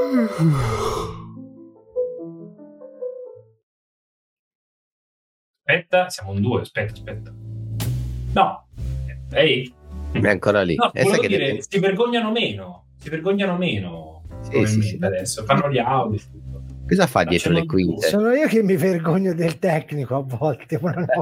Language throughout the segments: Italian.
Aspetta, siamo in 2, aspetta. No, ehi? È ancora lì. No, volevo dire, si vergognano meno. Sì. Adesso fanno gli audio. Cosa fa dietro le quinte? Sono io che mi vergogno del tecnico a volte.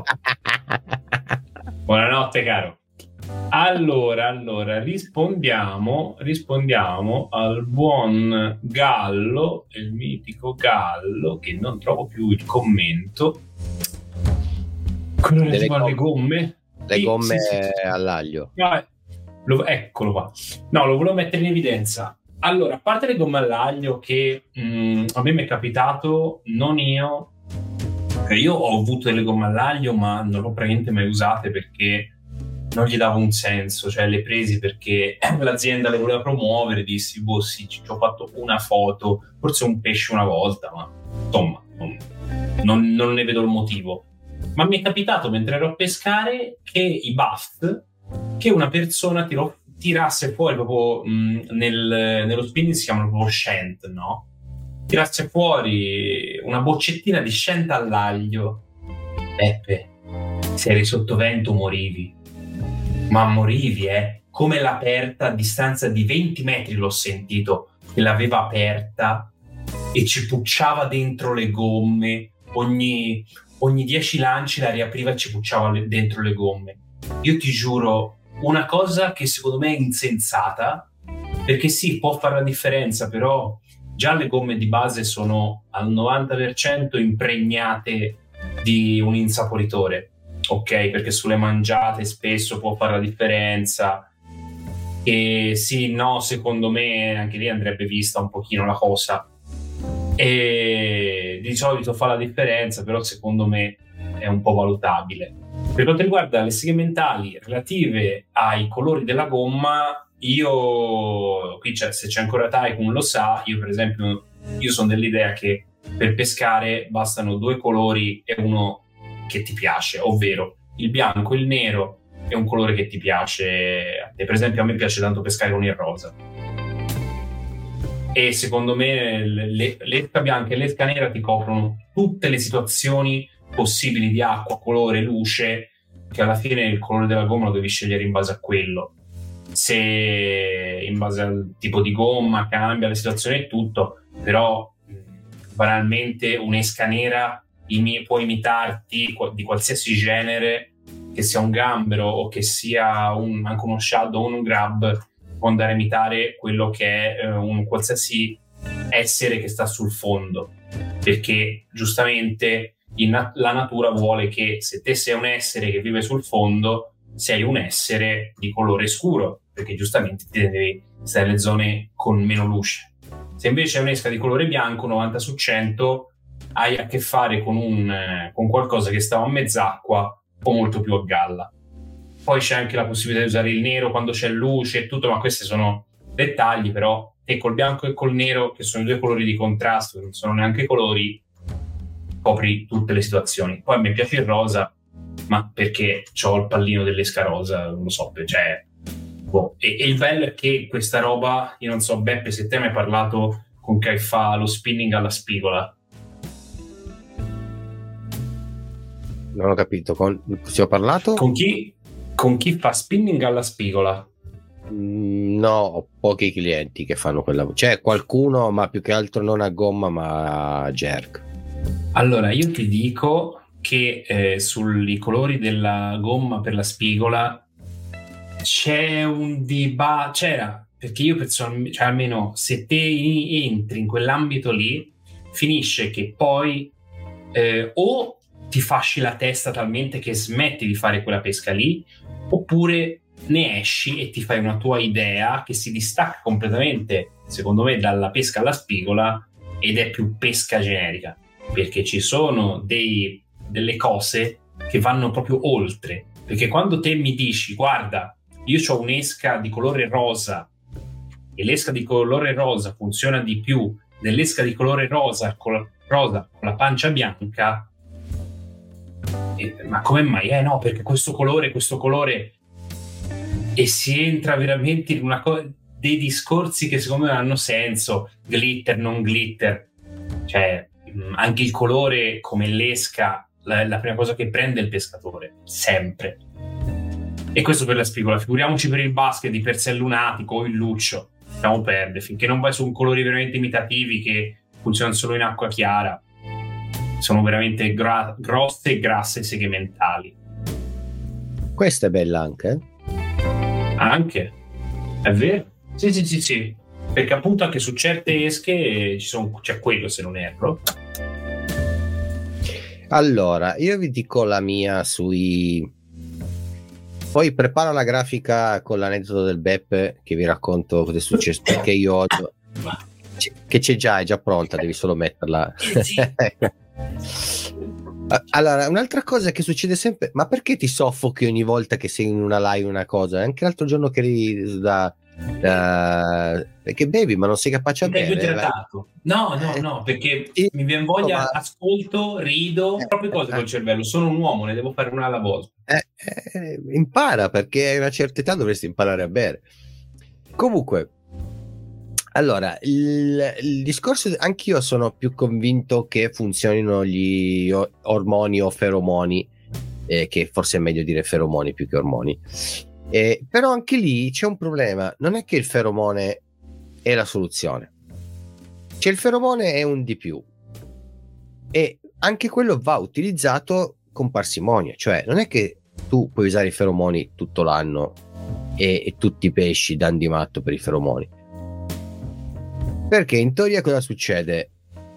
Buonanotte caro. Allora rispondiamo al buon Gallo, il mitico Gallo, che non trovo più il commento. Quello relativo alle gomme. Le gomme all'aglio. Eccolo qua. No, lo volevo mettere in evidenza. Allora, a parte le gomme all'aglio che a me mi è capitato, io ho avuto delle gomme all'aglio, ma non l'ho praticamente mai usate perché non gli davo un senso, cioè le presi perché l'azienda le voleva promuovere, dissi, boh sì, ci ho fatto una foto, forse un pesce una volta, ma insomma, non ne vedo il motivo. Ma mi è capitato mentre ero a pescare che i baft, che una persona tirasse fuori proprio nello spinning si chiama proprio Shant, no? Tirasse fuori una boccettina di Shant all'aglio. Beppe, se eri sotto vento morivi. Ma morivi, come l'aperta a distanza di 20 metri l'ho sentito, che l'aveva aperta e ci pucciava dentro le gomme, ogni 10 lanci la riapriva e ci pucciava dentro le gomme. Io ti giuro, una cosa che secondo me è insensata, perché sì, può fare la differenza, però già le gomme di base sono al 90% impregnate di un insaporitore, ok? Perché sulle mangiate spesso può fare la differenza. E sì, no, secondo me anche lì andrebbe vista un pochino la cosa. E di solito fa la differenza, però secondo me è un po' valutabile. Per quanto riguarda le segmentali relative ai colori della gomma, qui se c'è ancora Tycoon lo sa, io per esempio sono dell'idea che per pescare bastano 2 colori e uno che ti piace, ovvero il bianco e il nero è un colore che ti piace a te. Per esempio a me piace tanto pescare con il rosa, e secondo me l'esca bianca e l'esca nera ti coprono tutte le situazioni possibili di acqua, colore, luce, che alla fine il colore della gomma lo devi scegliere in base a quello. Se in base al tipo di gomma cambia la situazione e tutto, però banalmente un'esca nera può imitarti di qualsiasi genere, che sia un gambero o che sia anche uno shadow o un grab, può andare a imitare quello che è un qualsiasi essere che sta sul fondo, perché giustamente la natura vuole che se te sei un essere che vive sul fondo, sei un essere di colore scuro, perché giustamente ti devi stare nelle zone con meno luce. Se invece è un'esca di colore bianco, 90 su 100 hai a che fare con qualcosa che sta a mezz'acqua o molto più a galla. Poi c'è anche la possibilità di usare il nero quando c'è luce e tutto, ma questi sono dettagli. Però te col bianco e col nero, che sono i 2 colori di contrasto, che non sono neanche colori, copri tutte le situazioni. Poi a me piace il rosa, ma perché c'ho il pallino dell'esca rosa, non lo so, cioè, boh. E il bello è che questa roba, io non so Beppe se te mi hai parlato con chi fa lo spinning alla spigola. Non ho capito, ci ho parlato? Con chi fa spinning alla spigola? No, ho pochi clienti che fanno quella. C'è qualcuno, ma più che altro non a gomma ma a jerk. Allora io ti dico che sui colori della gomma per la spigola c'era, perché io personalmente, cioè almeno se te entri in quell'ambito lì, finisce che poi o ti fasci la testa talmente che smetti di fare quella pesca lì, oppure ne esci e ti fai una tua idea che si distacca completamente, secondo me, dalla pesca alla spigola ed è più pesca generica, perché ci sono delle cose che vanno proprio oltre. Perché quando te mi dici guarda, io ho un'esca di colore rosa e l'esca di colore rosa funziona di più dell'esca di colore rosa con la pancia bianca, ma come mai? No, perché questo colore, e si entra veramente in una cosa. dei discorsi che secondo me hanno senso, glitter, non glitter, cioè anche il colore come l'esca, la prima cosa che prende è il pescatore, sempre. E questo per la spigola, figuriamoci per il basket di per sé lunatico o il luccio, lasciamo perdere, finché non vai su colori veramente imitativi che funzionano solo in acqua chiara, sono veramente grosse e grasse segmentali. Questa è bella anche. Anche, è vero? Sì, perché appunto anche su certe esche c'è quello, se non erro. Allora, io vi dico la mia sui... Poi prepara la grafica con l'aneddoto del Beppe che vi racconto cosa è successo, perché io ho... che c'è già, è già pronta, devi solo metterla. Allora, un'altra cosa che succede sempre, ma perché ti soffochi ogni volta che sei in una live una cosa? Anche l'altro giorno che eri perché bevi ma non sei capace a bere. No, perché mi viene voglia, ascolto, rido, proprio cose col cervello, sono un uomo, ne devo fare una alla volta. Impara, perché a una certa età dovresti imparare a bere. Comunque, allora, il discorso, anch'io sono più convinto che funzionino gli ormoni o feromoni, che forse è meglio dire feromoni più che ormoni. Però anche lì c'è un problema, non è che il feromone è la soluzione, cioè il feromone è un di più e anche quello va utilizzato con parsimonia, cioè non è che tu puoi usare i feromoni tutto l'anno e tutti i pesci danno di matto per i feromoni, perché in teoria cosa succede?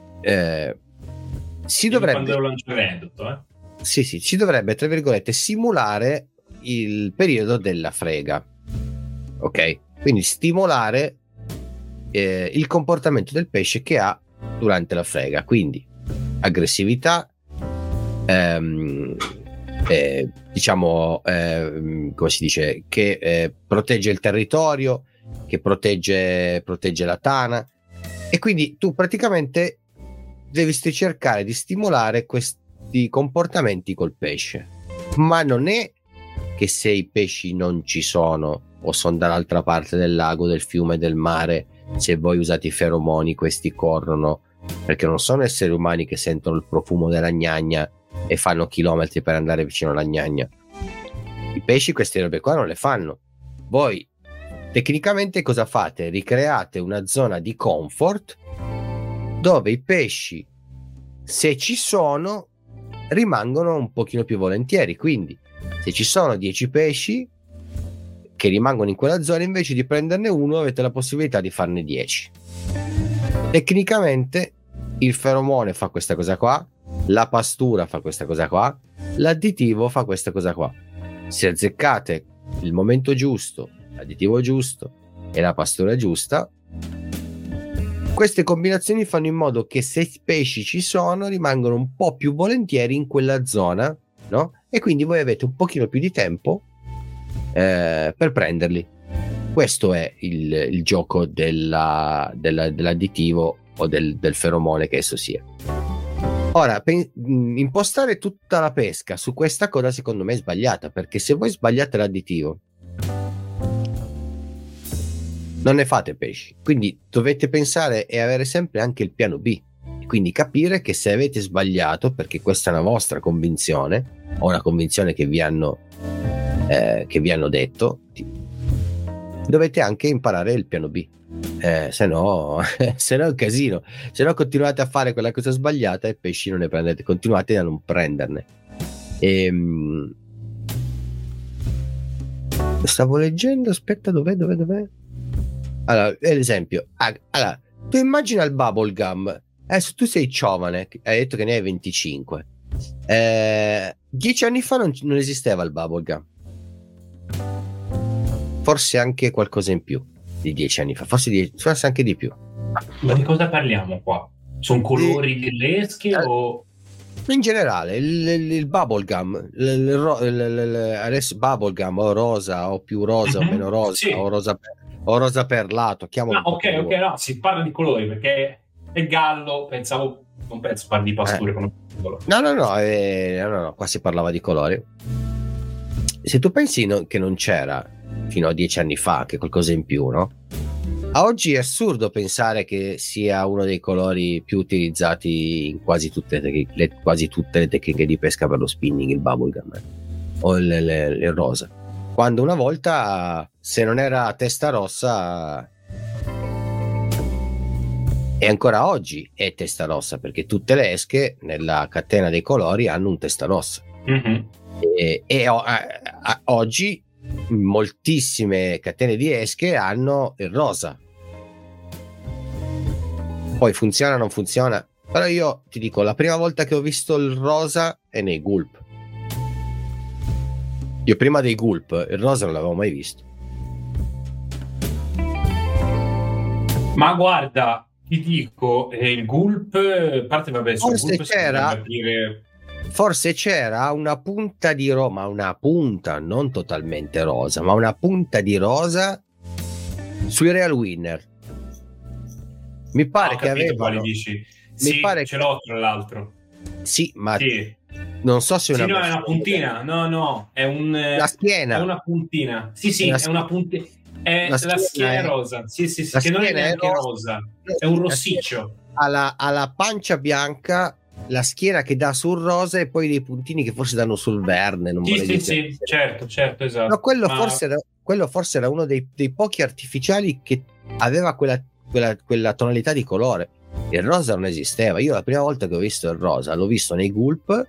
Si dovrebbe si dovrebbe, tra virgolette, simulare il periodo della frega, ok? Quindi stimolare il comportamento del pesce che ha durante la frega, quindi aggressività, diciamo, come si dice, che protegge il territorio, che protegge la tana, e quindi tu praticamente devi cercare di stimolare questi comportamenti col pesce, ma non è che se i pesci non ci sono o sono dall'altra parte del lago, del fiume, del mare, se voi usate i feromoni questi corrono, perché non sono esseri umani che sentono il profumo della gnagna e fanno chilometri per andare vicino alla gnagna. I pesci queste robe qua non le fanno. Voi tecnicamente cosa fate? Ricreate una zona di comfort dove i pesci, se ci sono, rimangono un pochino più volentieri. Quindi se ci sono 10 pesci che rimangono in quella zona, invece di prenderne uno avete la possibilità di farne 10. Tecnicamente il feromone fa questa cosa qua, la pastura fa questa cosa qua, l'additivo fa questa cosa qua. Se azzeccate il momento giusto, l'additivo giusto e la pastura giusta, queste combinazioni fanno in modo che se i pesci ci sono rimangono un po' più volentieri in quella zona, no? E quindi voi avete un pochino più di tempo per prenderli. Questo è il gioco dell'additivo o del feromone che esso sia. Ora, impostare tutta la pesca su questa cosa secondo me è sbagliata, perché se voi sbagliate l'additivo non ne fate pesci, quindi dovete pensare e avere sempre anche il piano B, quindi capire che se avete sbagliato, perché questa è una vostra convinzione o una convinzione che vi hanno detto, dovete anche imparare il piano B, se no è un casino, se no continuate a fare quella cosa sbagliata e pesci non ne prendete, continuate a non prenderne. Stavo leggendo, aspetta, dov'è? Allora, ad esempio, allora, tu immagina il bubble gum. Adesso tu sei giovane, hai detto che ne hai 25. 10 anni fa non esisteva il bubble gum. Forse anche qualcosa in più di 10 anni fa, forse anche di più. Ma di cosa parliamo qua? Sono colori delle esche o... In generale, il bubble gum, adesso bubble gum o rosa o più rosa o meno rosa, sì, o rosa perlato, ok, no, si parla di colori perché è gallo, non penso parli di pasture con colori. No, qua si parlava di colori. Se tu pensi che non c'era fino a 10 anni fa che qualcosa in più, no? A oggi è assurdo pensare che sia uno dei colori più utilizzati in quasi tutte le tecniche di pesca per lo spinning, il bubblegum o il rosa, quando una volta, se non era testa rossa, e ancora oggi è testa rossa, perché tutte le esche nella catena dei colori hanno un testa rossa. Mm-hmm. Oggi moltissime catene di esche hanno il rosa. Poi funziona o non funziona, però io ti dico, la prima volta che ho visto il rosa è nei gulp. Io prima dei gulp il rosa non l'avevo mai visto. Ma guarda, ti dico, il gulp, a parte vabbè, forse c'era una punta di rosa, ma una punta non totalmente rosa, ma una punta di rosa sui Real Winner. Mi pare che avevano. Sì, ce l'ho tra l'altro. Sì, ma sì. Non so se è una puntina. No, è la schiena. È una puntina. Sì, è una puntina. È la schiena è rosa. Sì, che non è neanche rosa. È un rossiccio. Alla pancia bianca, la schiena che dà sul rosa e poi dei puntini che forse danno sul verde. Non sì, certo, esatto. No, quello forse era uno dei pochi artificiali che aveva quella tonalità di colore. Il rosa non esisteva. Io la prima volta che ho visto il rosa l'ho visto nei gulp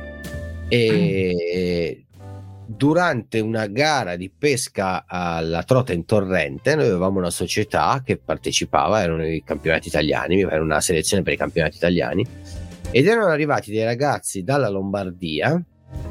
e durante una gara di pesca alla trota in torrente. Noi avevamo una società che partecipava, erano i campionati italiani, era una selezione per i campionati italiani, ed erano arrivati dei ragazzi dalla Lombardia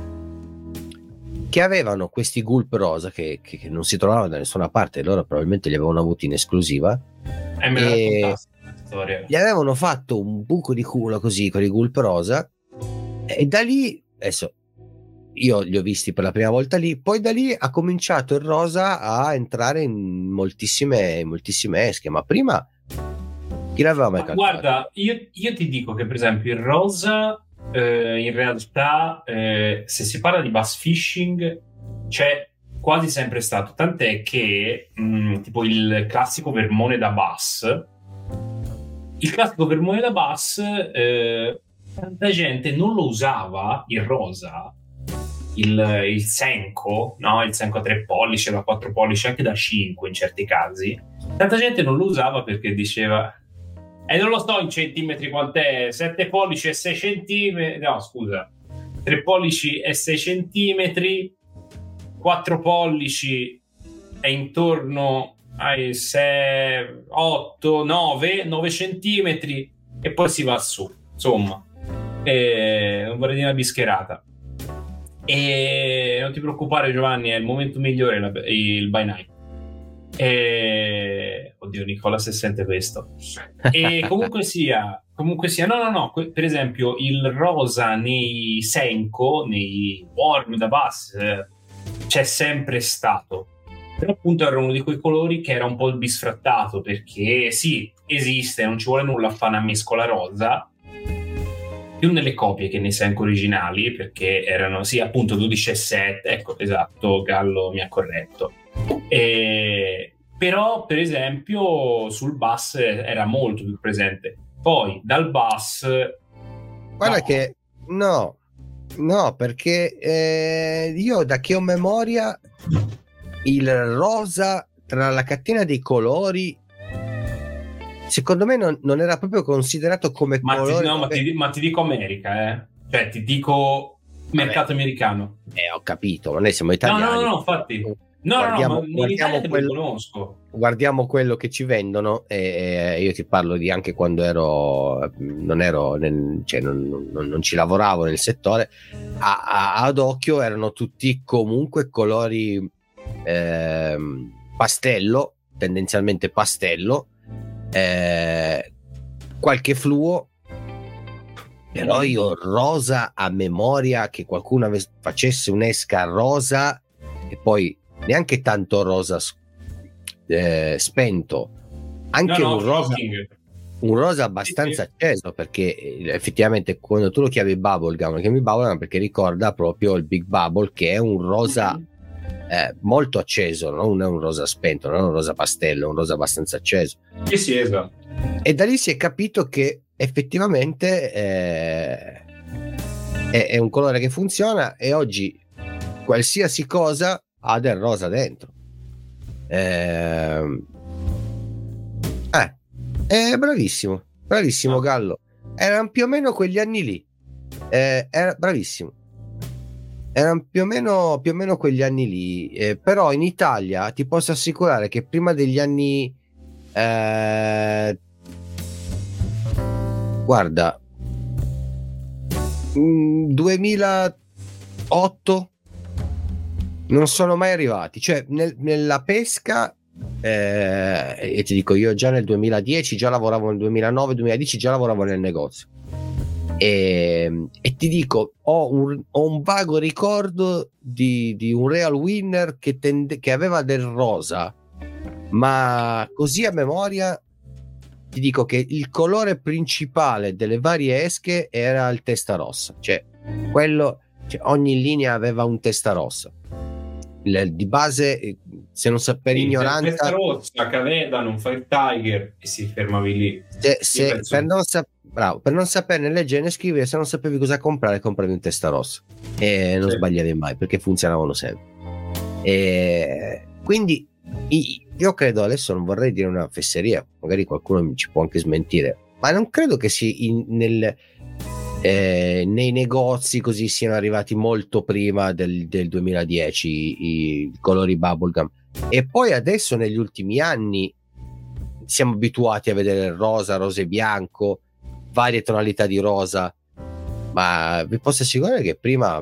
che avevano questi gulp rosa che non si trovavano da nessuna parte. Loro probabilmente li avevano avuti in esclusiva e gli avevano fatto un buco di culo così con i gulp rosa, e da lì, adesso io li ho visti per la prima volta lì, poi da lì ha cominciato il rosa a entrare in moltissime esche, ma prima chi l'aveva mai calcolato? Guarda, io ti dico che per esempio il rosa in realtà se si parla di bass fishing c'è quasi sempre stato, tant'è che tipo il classico vermone da bass, tanta gente non lo usava il rosa, il senko, no? Il senko a 3 pollici, da 4 pollici, anche da 5 in certi casi. Tanta gente non lo usava perché diceva non lo so in centimetri quant'è, 7 pollici e 6 centimetri, no scusa, 3 pollici e 6 centimetri, 4 pollici è intorno ai 6, 8, 9 centimetri e poi si va su, insomma, non vorrei dire una bischerata. E non ti preoccupare Giovanni, è il momento migliore il by night. Oddio Nicola se sente questo. E comunque sia no, per esempio il rosa nei senko, nei worm da bass c'è sempre stato, però appunto era uno di quei colori che era un po' bisfrattato, perché sì, esiste, non ci vuole nulla a fare una mescola rosa, più nelle copie che nei senko originali, perché erano sì appunto 12 e 7, ecco esatto, Gallo mi ha corretto. Però per esempio sul bass era molto più presente. Poi dal bass guarda che no perché io da che ho memoria il rosa tra la catena dei colori secondo me non era proprio considerato come colore. Ma ti dico America, cioè ti dico mercato americano. Ho capito, ma noi siamo italiani. No, infatti. Guardiamo quello che ci vendono, e io ti parlo di anche quando non ci lavoravo nel settore, ad occhio erano tutti comunque colori pastello, tendenzialmente pastello, qualche fluo, però io rosa a memoria che qualcuno facesse un'esca rosa e poi neanche tanto rosa spento, anche un rosa abbastanza acceso, perché effettivamente quando tu lo chiami bubblegum perché ricorda proprio il Big Bubble, che è un rosa molto acceso, non è un rosa spento, non è un rosa pastello, è un rosa abbastanza acceso. Sì, esatto. E da lì si è capito che effettivamente è un colore che funziona, e oggi qualsiasi cosa ha del rosa dentro. È bravissimo Gallo. Erano più o meno quegli anni lì. Era bravissimo. Erano più o meno quegli anni lì. Però in Italia ti posso assicurare che prima degli anni guarda, 2008 non sono mai arrivati, cioè nella pesca, e ti dico, io già nel 2010 già lavoravo, nel 2009-2010 già lavoravo nel negozio, e ti dico, ho un vago ricordo di un Real Winner che aveva del rosa, ma così a memoria ti dico che il colore principale delle varie esche era il testa rossa, cioè quello, cioè ogni linea aveva un testa rossa. Di base, se non per ignoranza, testa rossa, Caveda, non fa il Tiger, e si fermavi lì. Per non sapere né leggere né scrivere, se non sapevi cosa comprare, compravi un testa rossa e non sbagliavi mai, perché funzionavano sempre. E quindi io credo, adesso non vorrei dire una fesseria, magari qualcuno ci può anche smentire, ma non credo che nei negozi così siano arrivati molto prima del 2010 i colori bubblegum, e poi adesso negli ultimi anni siamo abituati a vedere il rosa e bianco, varie tonalità di rosa, ma vi posso assicurare che prima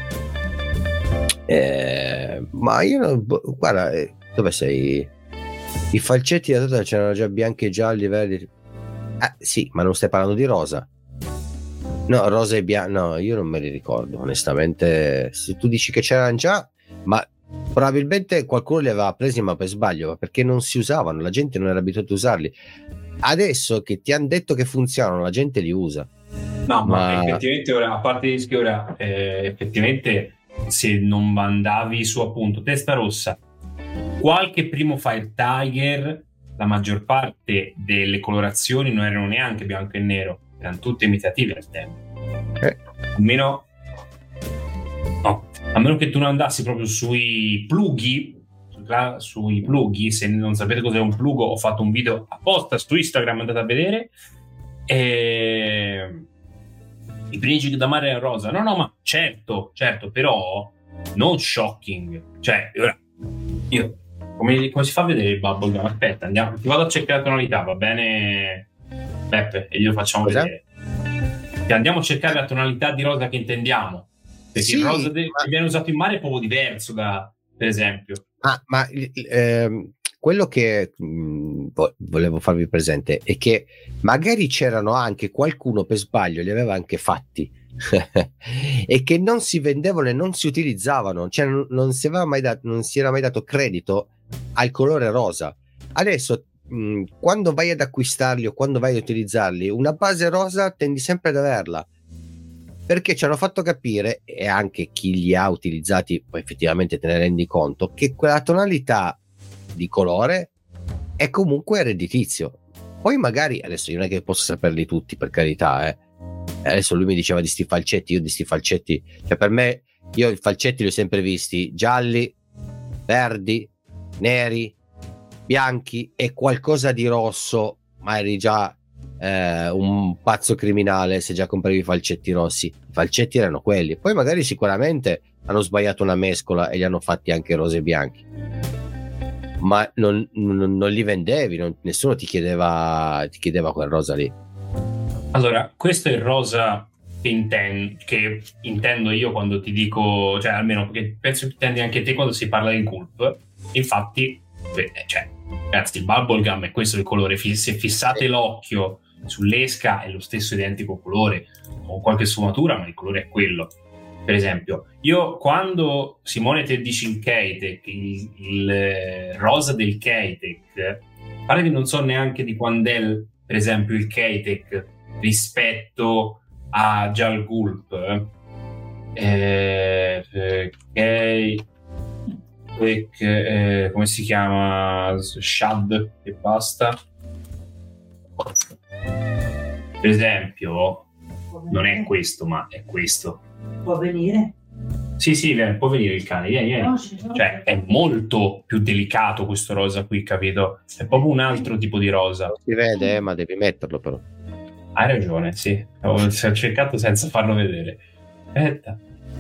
ma io guarda, dove sei? I falcetti da Total c'erano già bianchi e gialli, verdi. Sì, ma non stai parlando di rosa? No, rosa e bianco, no, io non me li ricordo, onestamente. Se tu dici che c'erano già, ma probabilmente qualcuno li aveva presi, ma per sbaglio, perché non si usavano, la gente non era abituata a usarli. Adesso che ti hanno detto che funzionano, la gente li usa. No, ma effettivamente ora, a parte che ora, effettivamente, se non mandavi su appunto testa rossa, qualche primo Fire Tiger, la maggior parte delle colorazioni non erano neanche bianco e nero, erano tutte imitative al tempo. A meno che tu non andassi proprio sui plughi, se non sapete cos'è un plugo, ho fatto un video apposta su Instagram, andate a vedere. I pregi da mare era rosa, no, ma certo, però non shocking. Cioè, ora io come si fa a vedere il bubblegum? Aspetta, andiamo, ti vado a cercare la tonalità, va bene Beppe? E glielo facciamo vedere. Andiamo a cercare la tonalità di rosa che intendiamo, perché sì, il rosa che viene usato in mare è proprio diverso da, per esempio. Quello che volevo farvi presente è che magari c'erano anche qualcuno per sbaglio li aveva anche fatti e che non si vendevano e non si utilizzavano, cioè non si era mai dato credito al colore rosa. Adesso quando vai ad acquistarli o quando vai ad utilizzarli, una base rosa tendi sempre ad averla, perché ci hanno fatto capire, e anche chi li ha utilizzati poi effettivamente te ne rendi conto, che quella tonalità di colore è comunque redditizio. Poi magari, adesso io non è che posso saperli tutti, per carità, adesso lui mi diceva di sti falcetti, io di sti falcetti, cioè per me, io i falcetti li ho sempre visti gialli, verdi, neri, bianchi e qualcosa di rosso, ma eri già un pazzo criminale se già compravi i falcetti rossi. I falcetti erano quelli, poi magari sicuramente hanno sbagliato una mescola e li hanno fatti anche rose e bianchi, ma non li vendevi, nessuno ti chiedeva quel rosa lì. Allora, questo è il rosa che intendo io quando ti dico, cioè almeno perché penso che intendi anche te quando si parla di gulp. Infatti, cioè, ragazzi, il bubblegum è questo il colore, se fissate l'occhio sull'esca è lo stesso identico colore, con qualche sfumatura, ma il colore è quello. Per esempio, io quando Simone te dici il K-Tech, il rosa del K-Tech, pare che non so neanche di quando è per esempio il K-Tech rispetto a già il gulp. come si chiama? Shad e basta. Per esempio, non è questo, ma è questo. Può venire? Sì, può venire il cane, vieni. Cioè, è molto più delicato questo rosa qui, capito? È proprio un altro tipo di rosa. Si vede, ma devi metterlo però. Hai ragione, sì. Ho cercato senza farlo vedere. Aspetta.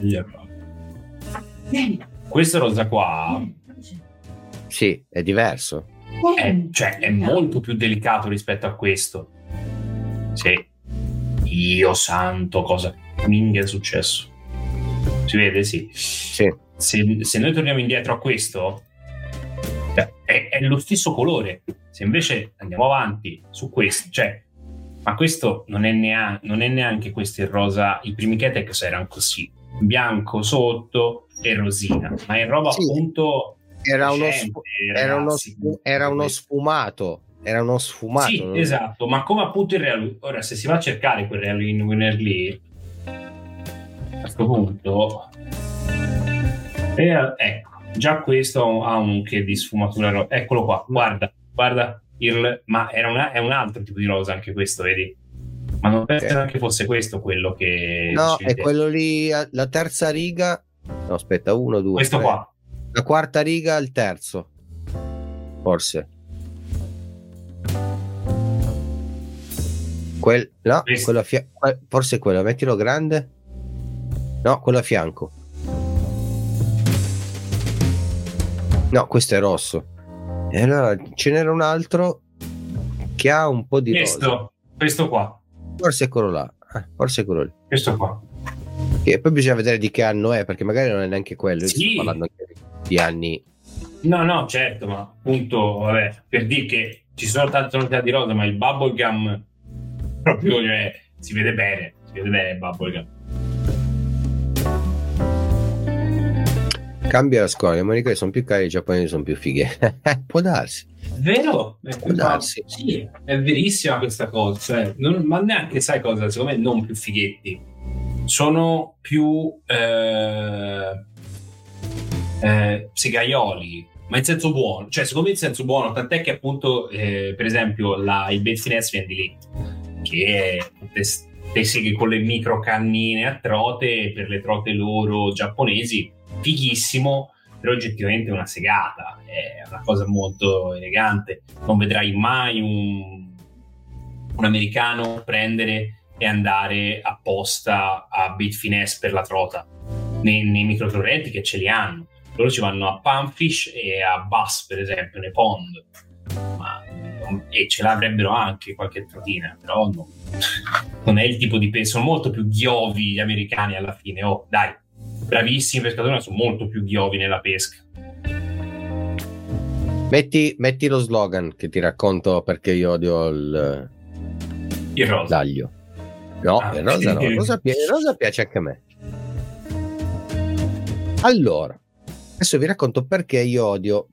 Questo rosa qua sì, è diverso. È molto più delicato rispetto a questo. Sì. Io santo, cosa minchia è successo? Si vede? Sì. Se noi torniamo indietro a questo, è lo stesso colore. Se invece andiamo avanti su questo, ma questo non è neanche questo il rosa. I primi Ketex erano così, bianco sotto e rosina, ma in roba appunto era uno sfumato. Sì, non... esatto, ma come appunto il Real. Ora, se si va a cercare quel Real Winner lì, a questo punto, ecco, già questo ha un che di sfumatura. Eccolo qua, guarda, ma è un altro tipo di rosa anche questo, vedi? Ma non penso che fosse questo quello che... No, è quello lì, la terza riga. No, aspetta, 1, 2, questo 3. Qua. La quarta riga, il terzo. Forse. No, quello forse quello, mettilo grande. No, quello a fianco. No, questo è rosso. E allora ce n'era un altro che ha un po' di rosa. Questo qua. Forse è quello là. Forse è quello lì. Questo qua. E poi bisogna vedere di che anno è, perché magari non è neanche quello. Sì. Sto parlando anche di anni. No, certo, ma appunto, vabbè, per dire che ci sono tante tonalità di rosa, ma il bubblegum proprio, si vede bene il bubblegum. Cambia la scuola, le americane sono più cari, i giapponesi sono più fighe. Può darsi. Vero? Può darsi. Sì, è verissima questa cosa. Ma neanche, sai cosa? Secondo me non più fighetti. Sono più segaioli, ma in senso buono. Cioè, secondo me in senso buono, tant'è che appunto, per esempio, il Bed Finesse viene di lì, che te segui con le micro cannine a trote, per le trote loro giapponesi, fighissimo, però oggettivamente è una segata, è una cosa molto elegante. Non vedrai mai un americano prendere e andare apposta a Bed Finesse per la trota nei microtorrenti, che ce li hanno. Loro ci vanno a Panfish e a Bass, per esempio, nei pond, e ce l'avrebbero anche qualche trotina, però non è il tipo di pesca. Sono molto più ghiovi gli americani alla fine. Dai, bravissimi pescatori, ma sono molto più ghiovi nella pesca. Metti lo slogan che ti racconto perché io odio il rosa. L'aglio. No, il rosa no, il rosa piace anche a me. Allora, adesso vi racconto perché io odio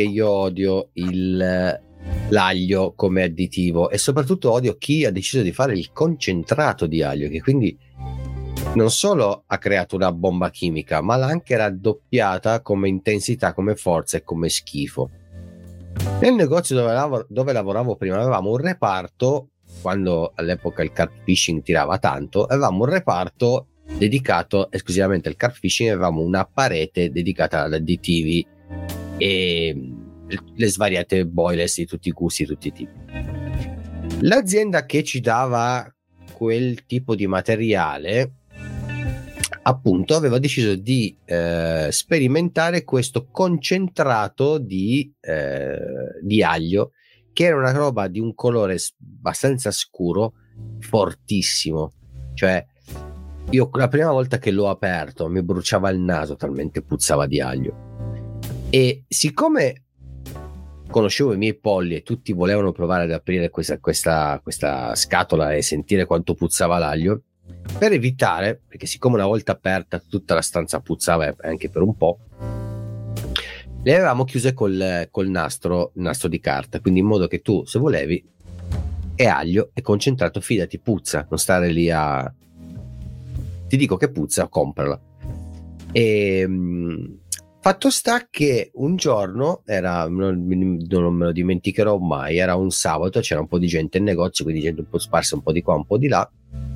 l'aglio come additivo, e soprattutto odio chi ha deciso di fare il concentrato di aglio, che quindi non solo ha creato una bomba chimica, ma l'ha anche raddoppiata come intensità, come forza e come schifo. Nel negozio dove lavoravo prima avevamo un reparto, quando all'epoca il carp fishing tirava tanto, avevamo un reparto dedicato esclusivamente al carp fishing, avevamo una parete dedicata ad additivi e le svariate boilers di tutti i gusti, tutti i tipi. L'azienda che ci dava quel tipo di materiale appunto aveva deciso di sperimentare questo concentrato di aglio, che era una roba di un colore abbastanza scuro, fortissimo. Cioè, io la prima volta che l'ho aperto mi bruciava il naso, talmente puzzava di aglio. E siccome conoscevo i miei polli e tutti volevano provare ad aprire questa scatola e sentire quanto puzzava l'aglio, per evitare, perché siccome una volta aperta tutta la stanza puzzava anche per un po', le avevamo chiuse col nastro di carta, quindi in modo che tu, se volevi, è aglio, è concentrato, fidati, puzza, non stare lì ti dico che puzza, comprala. E Fatto sta che un giorno non me lo dimenticherò mai, era un sabato, c'era un po' di gente in negozio, quindi gente un po' sparsa un po' di qua, un po' di là.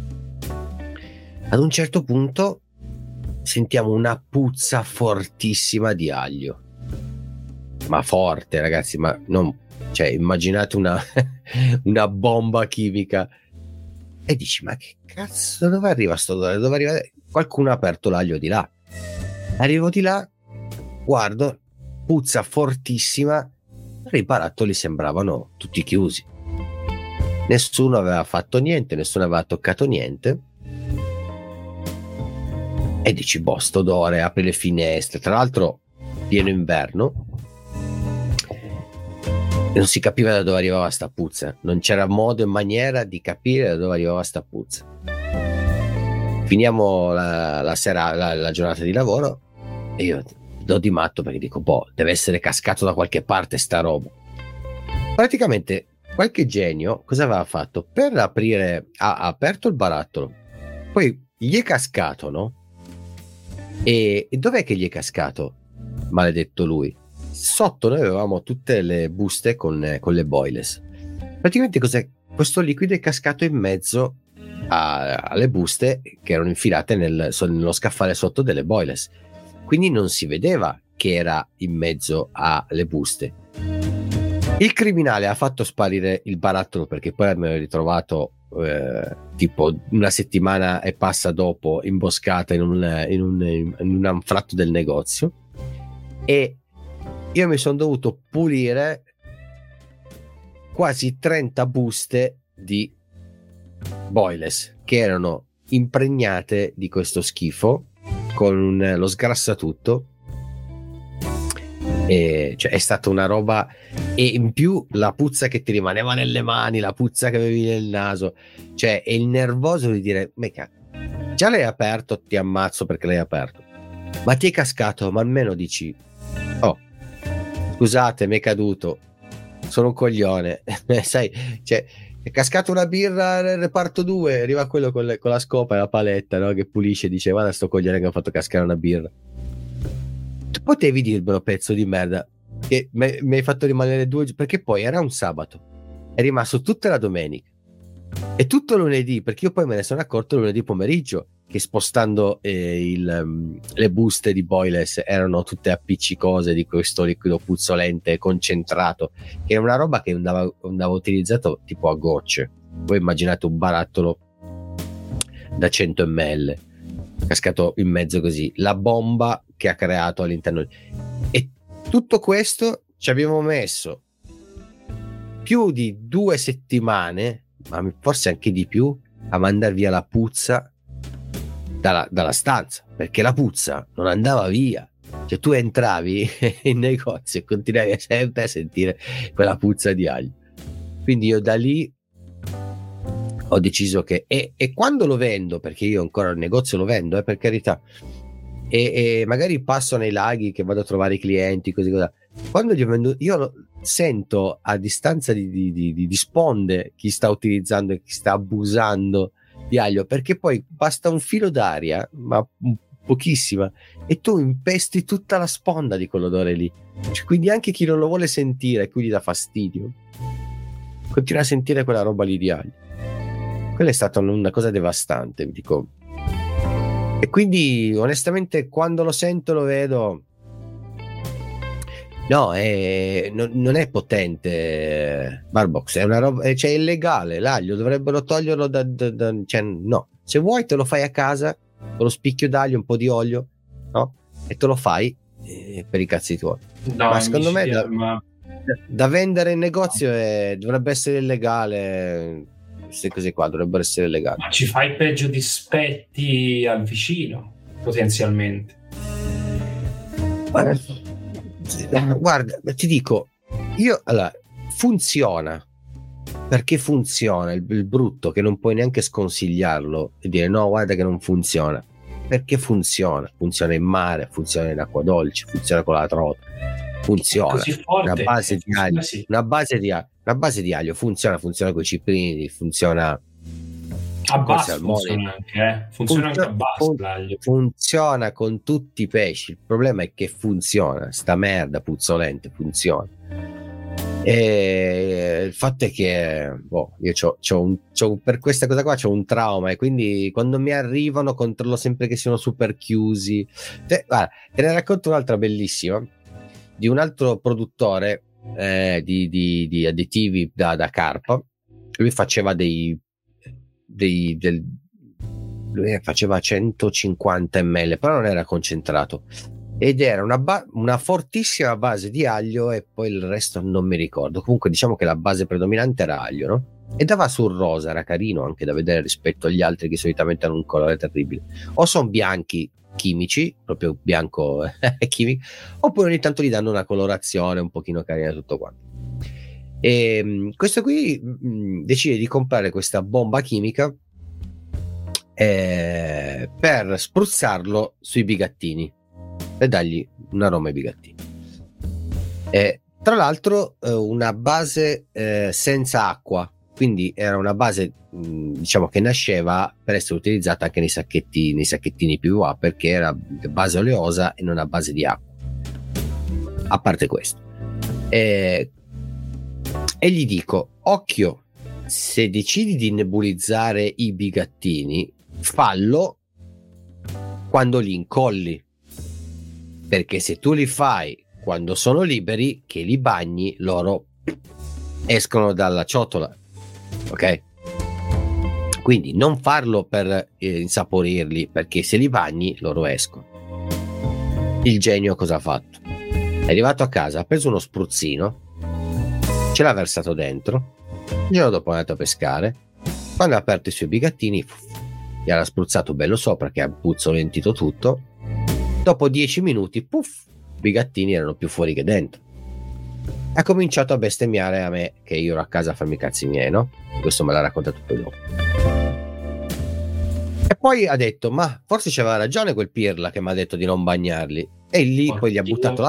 Ad un certo punto sentiamo una puzza fortissima di aglio, ma forte, ragazzi, ma non, cioè immaginate una bomba chimica, e dici: ma che cazzo, dove arriva sto odore? Dove arriva? Qualcuno ha aperto l'aglio di là. Arrivo di là, guardo, puzza fortissima, i barattoli sembravano tutti chiusi, nessuno aveva fatto niente, nessuno aveva toccato niente. E dici: boh, sto odore, apri le finestre, tra l'altro pieno inverno, e non si capiva da dove arrivava sta puzza, non c'era modo e maniera di capire da dove arrivava sta puzza. Finiamo la sera, la giornata di lavoro, e io do di matto perché dico: boh, deve essere cascato da qualche parte sta roba. Praticamente qualche genio cosa aveva fatto? Per aprire, ha aperto il barattolo, poi gli è cascato, no? E dov'è che gli è cascato? Maledetto lui. Sotto noi avevamo tutte le buste con le boilers. Praticamente cos'è? Questo liquido è cascato in mezzo alle buste che erano infilate nello scaffale sotto delle boilers, quindi non si vedeva che era in mezzo alle buste. Il criminale ha fatto sparire il barattolo, perché poi me l'ho ritrovato tipo una settimana e passa dopo, imboscata in un anfratto del negozio, e io mi sono dovuto pulire quasi 30 buste di boilers che erano impregnate di questo schifo con lo sgrassatutto, e cioè è stata una roba. E in più la puzza che ti rimaneva nelle mani, la puzza che avevi nel naso, cioè è il nervoso di dire: meca, già l'hai aperto, ti ammazzo perché l'hai aperto, ma ti è cascato, ma almeno dici: oh, scusate, mi è caduto, sono un coglione. Sai, cioè è cascata una birra nel reparto 2, arriva quello con la scopa e la paletta, no? Che pulisce e dice: guarda sto coglione che ha fatto cascare una birra. Tu potevi dirmelo, pezzo di merda, che mi hai fatto rimanere 2 giorni, perché poi era un sabato, è rimasto tutta la domenica e tutto lunedì, perché io poi me ne sono accorto lunedì pomeriggio che spostando le buste di boilers erano tutte appiccicose di questo liquido puzzolente concentrato, che è una roba che andava utilizzato tipo a gocce. Voi immaginate un barattolo da 100 ml cascato in mezzo così, la bomba che ha creato all'interno. E tutto questo ci abbiamo messo più di 2 settimane, ma forse anche di più, a mandar via la puzza dalla stanza, perché la puzza non andava via. Cioè tu entravi in negozio e continuavi sempre a sentire quella puzza di aglio. Quindi io da lì ho deciso che e quando lo vendo, perché io ancora il negozio lo vendo, per carità, e magari passo nei laghi che vado a trovare i clienti, così, quando gli ho venduto, io sento a distanza di sponde chi sta utilizzando e chi sta abusando di aglio, perché poi basta un filo d'aria, ma pochissima, e tu impesti tutta la sponda di quell'odore lì. Cioè, quindi anche chi non lo vuole sentire, quindi dà fastidio, continua a sentire quella roba lì di aglio. Quella è stata una cosa devastante, vi dico. E quindi onestamente quando lo sento, lo vedo, no, non è potente, Barbox, è una roba, cioè è illegale, l'aglio dovrebbero toglierlo cioè, no, se vuoi te lo fai a casa con lo spicchio d'aglio, un po' di olio, no? E te lo fai per i cazzi tuoi. No, ma secondo me da vendere in negozio dovrebbe essere illegale. Queste cose qua dovrebbero essere legali. Ma ci fai peggio dispetti al vicino, potenzialmente. Guarda, ti dico, io allora funziona, perché funziona. Il brutto che non puoi neanche sconsigliarlo e dire no, guarda che non funziona, perché funziona in mare, funziona in acqua dolce, funziona con la trota, funziona una base di aglio, sì. una base di aglio funziona con i ciprini, funziona A basso funziona anche, funziona anche a basso l'aglio. Funziona con tutti i pesci. Il problema è che funziona, sta merda puzzolente funziona. E il fatto è che io c'ho per questa cosa qua c'ho un trauma, e quindi quando mi arrivano controllo sempre che siano super chiusi. Guarda, te ne racconto un'altra bellissima di un altro produttore di additivi da carpa. Lui faceva lui faceva 150 ml, però non era concentrato, ed era una fortissima base di aglio, e poi il resto non mi ricordo. Comunque diciamo che la base predominante era aglio, no? E dava sul rosa, era carino anche da vedere rispetto agli altri che solitamente hanno un colore terribile. O sono bianchi chimici, proprio bianco chimico, oppure ogni tanto gli danno una colorazione un pochino carina, tutto quanto. E questo qui decide di comprare questa bomba chimica per spruzzarlo sui bigattini e dargli un aroma ai bigattini. Tra l'altro una base senza acqua, quindi era una base diciamo che nasceva per essere utilizzata anche nei sacchettini PVA, perché era base oleosa e non a base di acqua. A parte questo, e gli dico: occhio, se decidi di nebulizzare i bigattini, fallo quando li incolli, perché se tu li fai quando sono liberi, che li bagni, loro escono dalla ciotola, ok? Quindi non farlo per insaporirli, perché se li bagni loro escono. Il genio cosa ha fatto? È arrivato a casa, ha preso uno spruzzino, ce l'ha versato dentro, il giorno dopo è andato a pescare, quando ha aperto i suoi bigattini gli era spruzzato bello sopra, che ha puzzolentito tutto. Dopo 10 minuti, puff, i bigattini erano più fuori che dentro. Ha cominciato a bestemmiare a me, che io ero a casa a farmi i cazzi miei, no? Questo me l'ha raccontato poi dopo. E poi ha detto: ma forse c'aveva ragione quel pirla che mi ha detto di non bagnarli. E lì poi gli ha buttato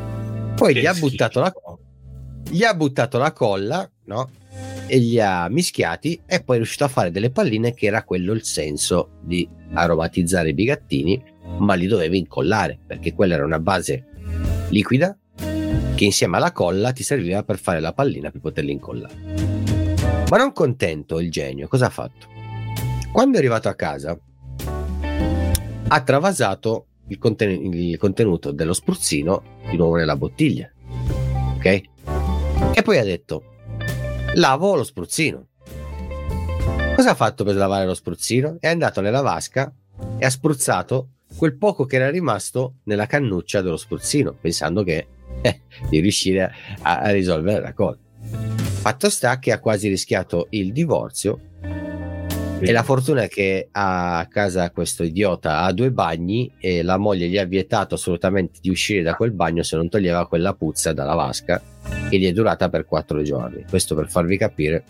la colla, no? E li ha mischiati, e poi è riuscito a fare delle palline, che era quello il senso di aromatizzare i bigattini, ma li dovevi incollare, perché quella era una base liquida che insieme alla colla ti serviva per fare la pallina, per poterli incollare. Ma non contento, il genio cosa ha fatto? Quando è arrivato a casa ha travasato il contenuto dello spruzzino di nuovo nella bottiglia, ok? E poi ha detto: lavo lo spruzzino. Cosa ha fatto per lavare lo spruzzino? È andato nella vasca e ha spruzzato quel poco che era rimasto nella cannuccia dello spruzzino, pensando che di riuscire a risolvere la cosa. Fatto sta che ha quasi rischiato il divorzio, e la fortuna è che a casa questo idiota ha 2 bagni, e la moglie gli ha vietato assolutamente di uscire da quel bagno se non toglieva quella puzza dalla vasca, e gli è durata per 4 giorni. Questo per farvi capire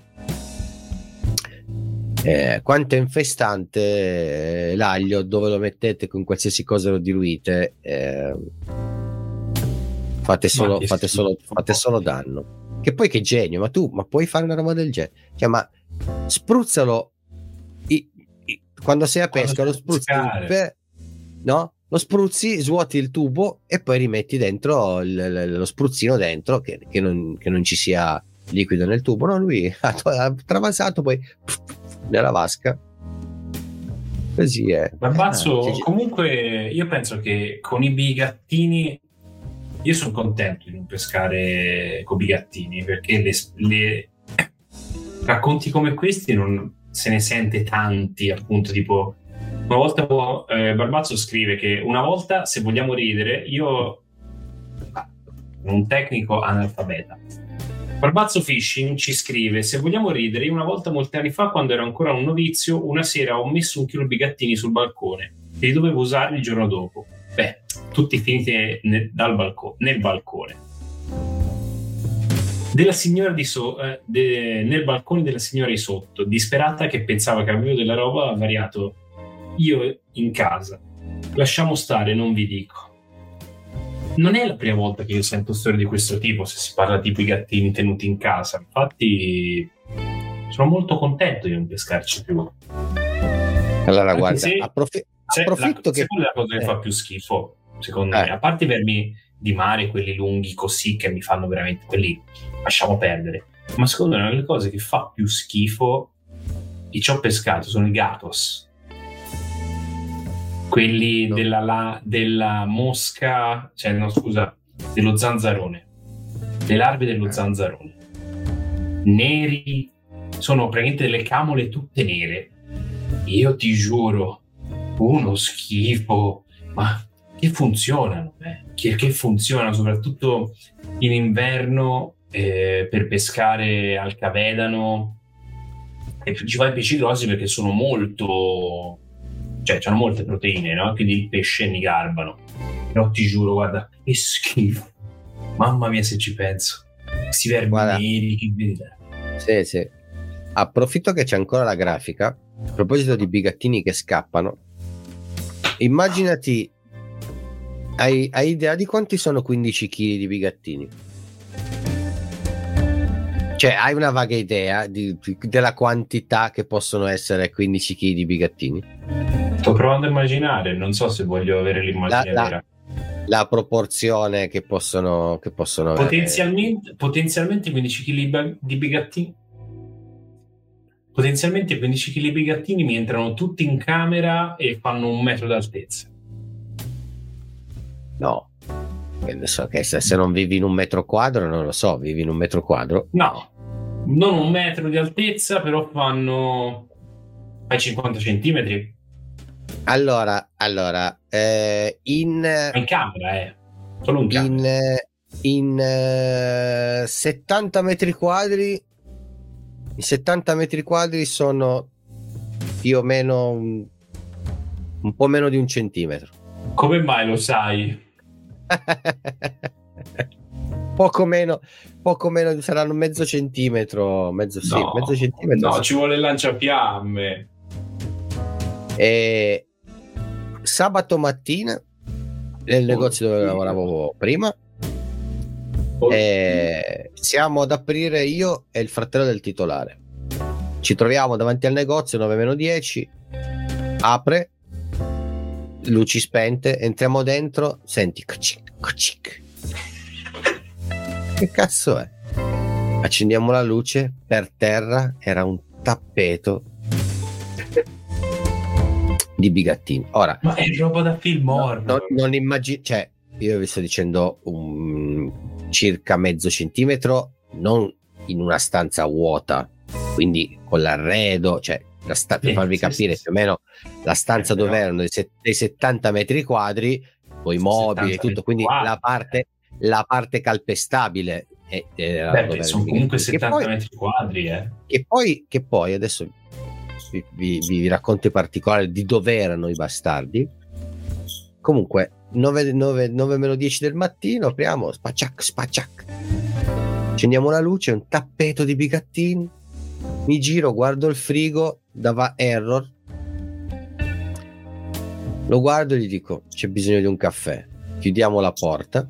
quanto è infestante l'aglio. Dove lo mettete, con qualsiasi cosa lo diluite, fate solo danno. Che poi, che genio, ma puoi fare una roba del genere? Cioè, ma spruzzalo quando sei a pesca, lo spruzzi no? Lo spruzzi, svuoti il tubo e poi rimetti dentro lo spruzzino dentro, che non ci sia liquido nel tubo. No, lui ha travasato poi nella vasca, così è. Barbazzo, comunque io penso che con i bigattini, io sono contento di non pescare con i bigattini, perché le racconti come questi non se ne sente tanti, appunto. Tipo, una volta Barbazzo scrive che una volta, se vogliamo ridere, io un tecnico analfabeta, Barbazzo Fishing ci scrive: se vogliamo ridere, io una volta, molti anni fa, quando ero ancora un novizio, una sera ho messo 1 chilo di bigattini sul balcone e li dovevo usare il giorno dopo. Tutti finiti nel balcone della signora nel balcone della signora di sotto, disperata, che pensava che avevo della roba. Ha variato: io in casa, lasciamo stare, non vi dico. Non è la prima volta che io sento storie di questo tipo, se si parla di bigattini tenuti in casa. Infatti sono molto contento di non pescarci più. Allora, Anche guarda, se approfitto che... secondo la cosa che fa più schifo, secondo me, a parte i vermi di mare, quelli lunghi così che mi fanno veramente, quelli lasciamo perdere, ma secondo me le cose che fa più schifo, i ci ho pescato, sono i gatos, quelli No. della mosca, cioè no scusa, dello zanzarone, le larve dello zanzarone, neri, sono praticamente delle camole tutte nere. Io ti giuro, uno schifo, ma che funzionano, che funzionano soprattutto in inverno per pescare alcavedano, e ci fa i pesci grossi perché sono molto, cioè hanno molte proteine, no? Quindi il pesce ne garbano. Però ti giuro, guarda, che schifo, mamma mia se ci penso, questi vermi Guarda. neri, che verità. Sì. Approfitto che c'è ancora la grafica. A proposito di bigattini che scappano, immaginati, hai idea di quanti sono 15 kg di bigattini? Cioè, hai una vaga idea della quantità che possono essere 15 kg di bigattini? Sto provando a immaginare, non so se voglio avere l'immagine vera. La proporzione che possono Potenzialmente 15 kg di bigattini. Potenzialmente 15 kg di bigattini mi entrano tutti in camera e fanno 1 metro d'altezza. No, che ne so, che se non vivi in 1 metro quadro, non lo so, vivi in 1 metro quadro? No, non 1 metro di altezza, però fanno ai 50 centimetri. Allora, In camera, solo in camera. in 70 metri quadri, i 70 metri quadri sono più o meno un po' meno di 1 centimetro. Come mai lo sai? poco meno, saranno mezzo centimetro, mezzo centimetro. No, ci vuole il lanciafiamme. E sabato mattina nel negozio dove lavoravo prima, siamo ad aprire io e il fratello del titolare. Ci troviamo davanti al negozio 9-10, apre, luci spente, entriamo dentro, senti cocic. Che cazzo è? Accendiamo la luce, per terra era un tappeto di bigattini. Ora, ma è roba da film horror. Non immagino, cioè, io vi sto dicendo circa mezzo centimetro, non in una stanza vuota, quindi con l'arredo, cioè per farvi capire più o meno la stanza dove erano dei 70 metri quadri, con i mobili e tutto, quindi la parte calpestabile sono comunque 70 metri quadri, Che poi adesso vi racconto i particolari di dove erano i bastardi. Comunque 9-10 del mattino, apriamo, spacciac, accendiamo la luce, un tappeto di bigattini, mi giro, guardo il frigo, dava error, lo guardo e gli dico c'è bisogno di un caffè, chiudiamo la porta.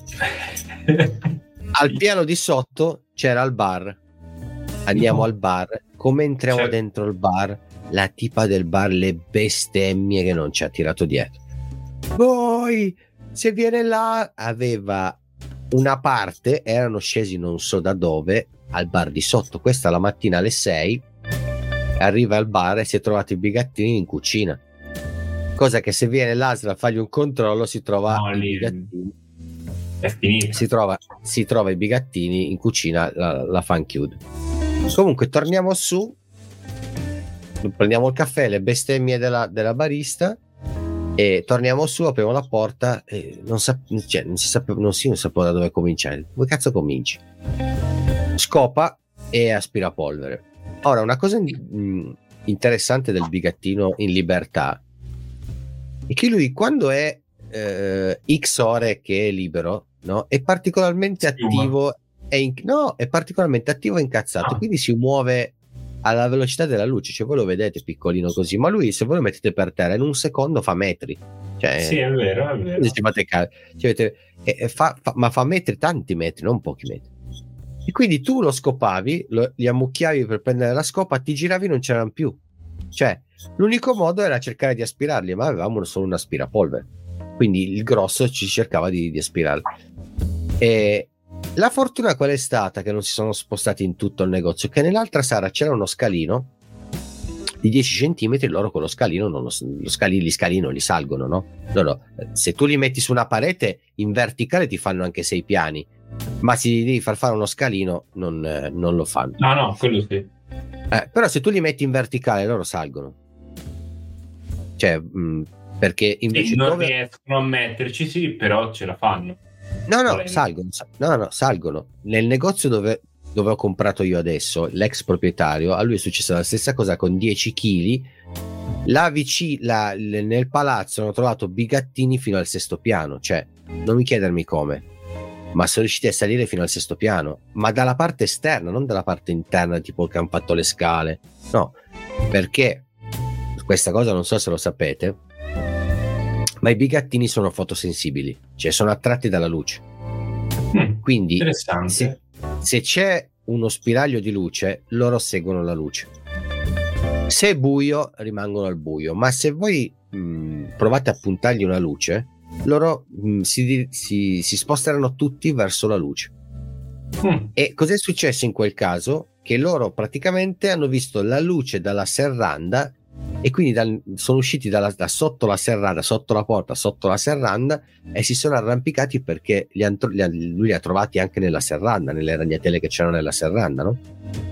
Al piano di sotto c'era il bar, andiamo al bar, come entriamo dentro il bar, la tipa del bar, le bestemmie che non ci ha tirato dietro. Poi se viene là, aveva una parte, erano scesi non so da dove al bar di sotto, questa la mattina alle 6 arriva al bar e si è trovato i bigattini in cucina, cosa che se viene l'ASL a fargli un controllo si trova i bigattini, è finita. si trova i bigattini in cucina, la fan chiude. Comunque torniamo su, prendiamo il caffè, le bestemmie della barista, e torniamo su, apriamo la porta e non si sapeva da dove cominciare. Dove cazzo cominci? Scopa e aspirapolvere. Ora, una cosa interessante del bigattino in libertà è che lui, quando è X ore che è libero, no, è particolarmente attivo è particolarmente attivo e incazzato, quindi si muove alla velocità della luce, cioè voi lo vedete piccolino così, ma lui, se voi lo mettete per terra, in un secondo fa metri, cioè, sì, è vero. Ma fa metri, tanti metri, non pochi metri, e quindi tu lo scopavi, li ammucchiavi per prendere la scopa, ti giravi, non c'erano più, Cioè, l'unico modo era cercare di aspirarli, ma avevamo solo un aspirapolvere, quindi il grosso ci cercava di aspirarli. E la fortuna qual è stata? Che non si sono spostati in tutto il negozio, che nell'altra sala c'era uno scalino di 10 centimetri, loro con lo scalino gli scalini non li salgono, no? Loro, se tu li metti su una parete in verticale ti fanno anche 6 piani, ma se li devi far fare uno scalino non lo fanno. No, quello sì. Però se tu li metti in verticale loro salgono, cioè perché invece non riescono a metterci, sì, però ce la fanno. Salgono nel negozio dove ho comprato io adesso, l'ex proprietario, a lui è successa la stessa cosa con 10 kg. Nel palazzo hanno trovato bigattini fino al 6° piano, cioè non mi chiedermi come, ma sono riusciti a salire fino al 6° piano, ma dalla parte esterna, non dalla parte interna, tipo che hanno fatto le scale, no, perché questa cosa non so se lo sapete, ma i bigattini sono fotosensibili, cioè sono attratti dalla luce. Quindi interessante. Se c'è uno spiraglio di luce, loro seguono la luce. Se è buio, rimangono al buio, ma se voi provate a puntargli una luce, loro si sposteranno tutti verso la luce. E cos'è successo in quel caso? Che loro praticamente hanno visto la luce dalla serranda e quindi sono usciti da sotto la serranda, sotto la porta, sotto la serranda, e si sono arrampicati perché lui li ha trovati anche nella serranda, nelle ragnatele che c'erano nella serranda, no?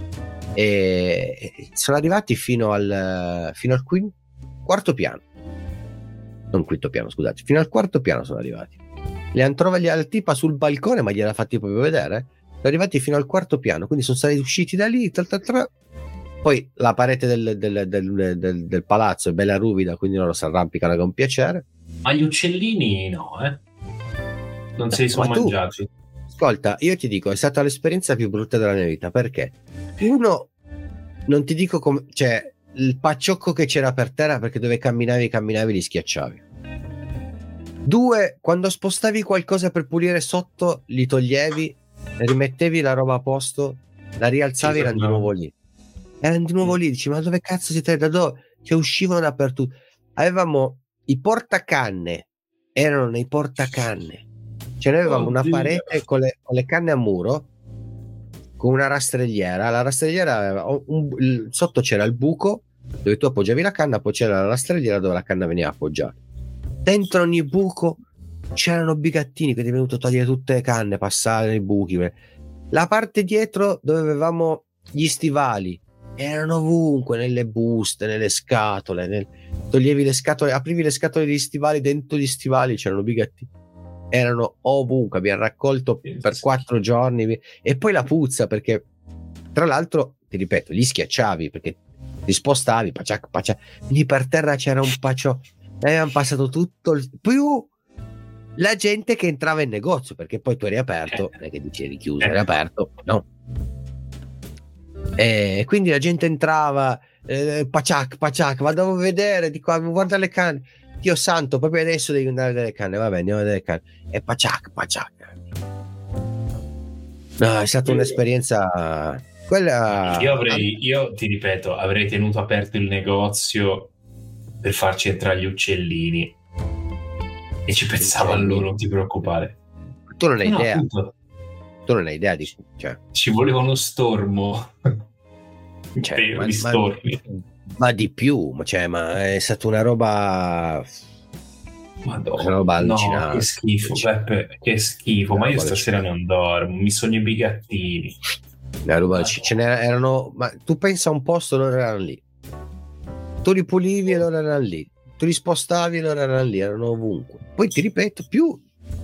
E sono arrivati fino al 4° piano, non 5° piano, scusate, fino al 4° piano sono arrivati. Li hanno trovati al tipa sul balcone, ma gliel'ha fatti proprio vedere. Sono arrivati fino al 4° piano, quindi sono stati usciti da lì. Poi la parete del palazzo è bella ruvida, quindi loro si arrampicano con piacere. Ma gli uccellini no, non se li sono mangiati. Ascolta, io ti dico, è stata l'esperienza più brutta della mia vita, perché uno, non ti dico come, cioè il pacciocco che c'era per terra, perché dove camminavi li schiacciavi. 2, quando spostavi qualcosa per pulire sotto, li toglievi, rimettevi la roba a posto, la rialzavi, erano di nuovo lì. Dici, ma dove cazzo siete? Da dove? Che uscivano dappertutto. Avevamo i portacanne, erano nei portacanne, cioè noi avevamo una parete con le canne a muro, con una rastrelliera. La rastrelliera aveva sotto c'era il buco dove tu appoggiavi la canna, poi c'era la rastrelliera dove la canna veniva appoggiata. Dentro ogni buco c'erano bigattini che ti è venuto a togliere tutte le canne, passare nei buchi. La parte dietro dove avevamo gli stivali erano ovunque, nelle buste, nelle scatole, toglievi le scatole, aprivi le scatole di stivali, dentro gli stivali c'erano bigattini, erano ovunque. Abbiamo raccolto per 4 giorni. E poi la puzza, perché tra l'altro, ti ripeto, li schiacciavi perché ti spostavi, paciac, lì per terra c'era un paccio. Avevamo passato tutto più la gente che entrava in negozio, perché poi tu eri aperto, non è che dici eri chiuso, eri aperto, no? E quindi la gente entrava, paciac, vado a vedere di qua, guarda le canne, Dio santo, proprio adesso devi andare a vedere le canne, vabbè, andiamo a vedere le canne, e paciac. No, è stata un'esperienza quella. Io ti ripeto, avrei tenuto aperto il negozio per farci entrare gli uccellini e ci pensavo a loro, non ti preoccupare. Tu non hai idea. Appunto. Tu non hai idea di, cioè. Ci voleva uno stormo, cioè, di stormi, ma di più, ma è stata una roba. Madonna, una roba allucinante. Che schifo, Beppe, che schifo. Ma io stasera non dormo, mi sogno i bigattini. La roba ce n'erano, ma tu pensa a un posto, loro erano lì. Tu li pulivi e loro erano lì. Tu li spostavi e loro erano lì, erano ovunque. Poi ti ripeto, più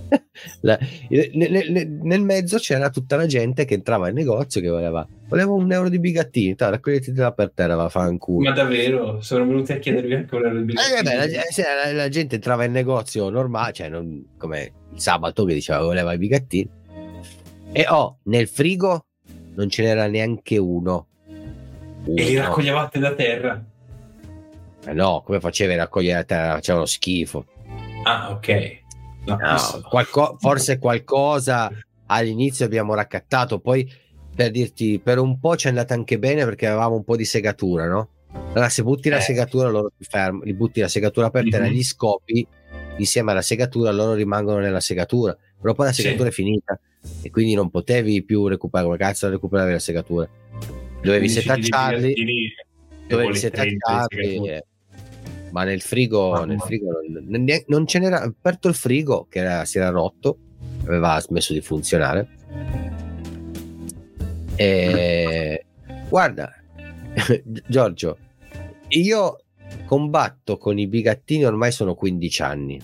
nel mezzo c'era tutta la gente che entrava in negozio che voleva €1 di bigattini, raccoglietela per terra, va fanculo. Ma davvero? Sono venuti a chiedervi anche €1 di bigattini? La gente entrava in negozio normale, cioè non come il sabato che diceva voleva i bigattini, e nel frigo non ce n'era neanche uno. E li raccoglievate da terra? No, come facevi a raccogliere da terra? Facevano schifo. Ah, ok. No. Forse qualcosa all'inizio abbiamo raccattato, poi per dirti, per un po' ci è andata anche bene perché avevamo un po' di segatura, no? Allora, se butti la segatura, loro ti fermano, li butti la segatura per terra, gli scopi insieme alla segatura, loro rimangono nella segatura, però poi la segatura è finita e quindi non potevi più recuperare. Come cazzo recuperavi la segatura? Dovevi setacciarli, ma nel frigo non ce n'era. Aperto il frigo che si era rotto, aveva smesso di funzionare. E guarda, Giorgio, io combatto con i bigattini ormai sono 15 anni.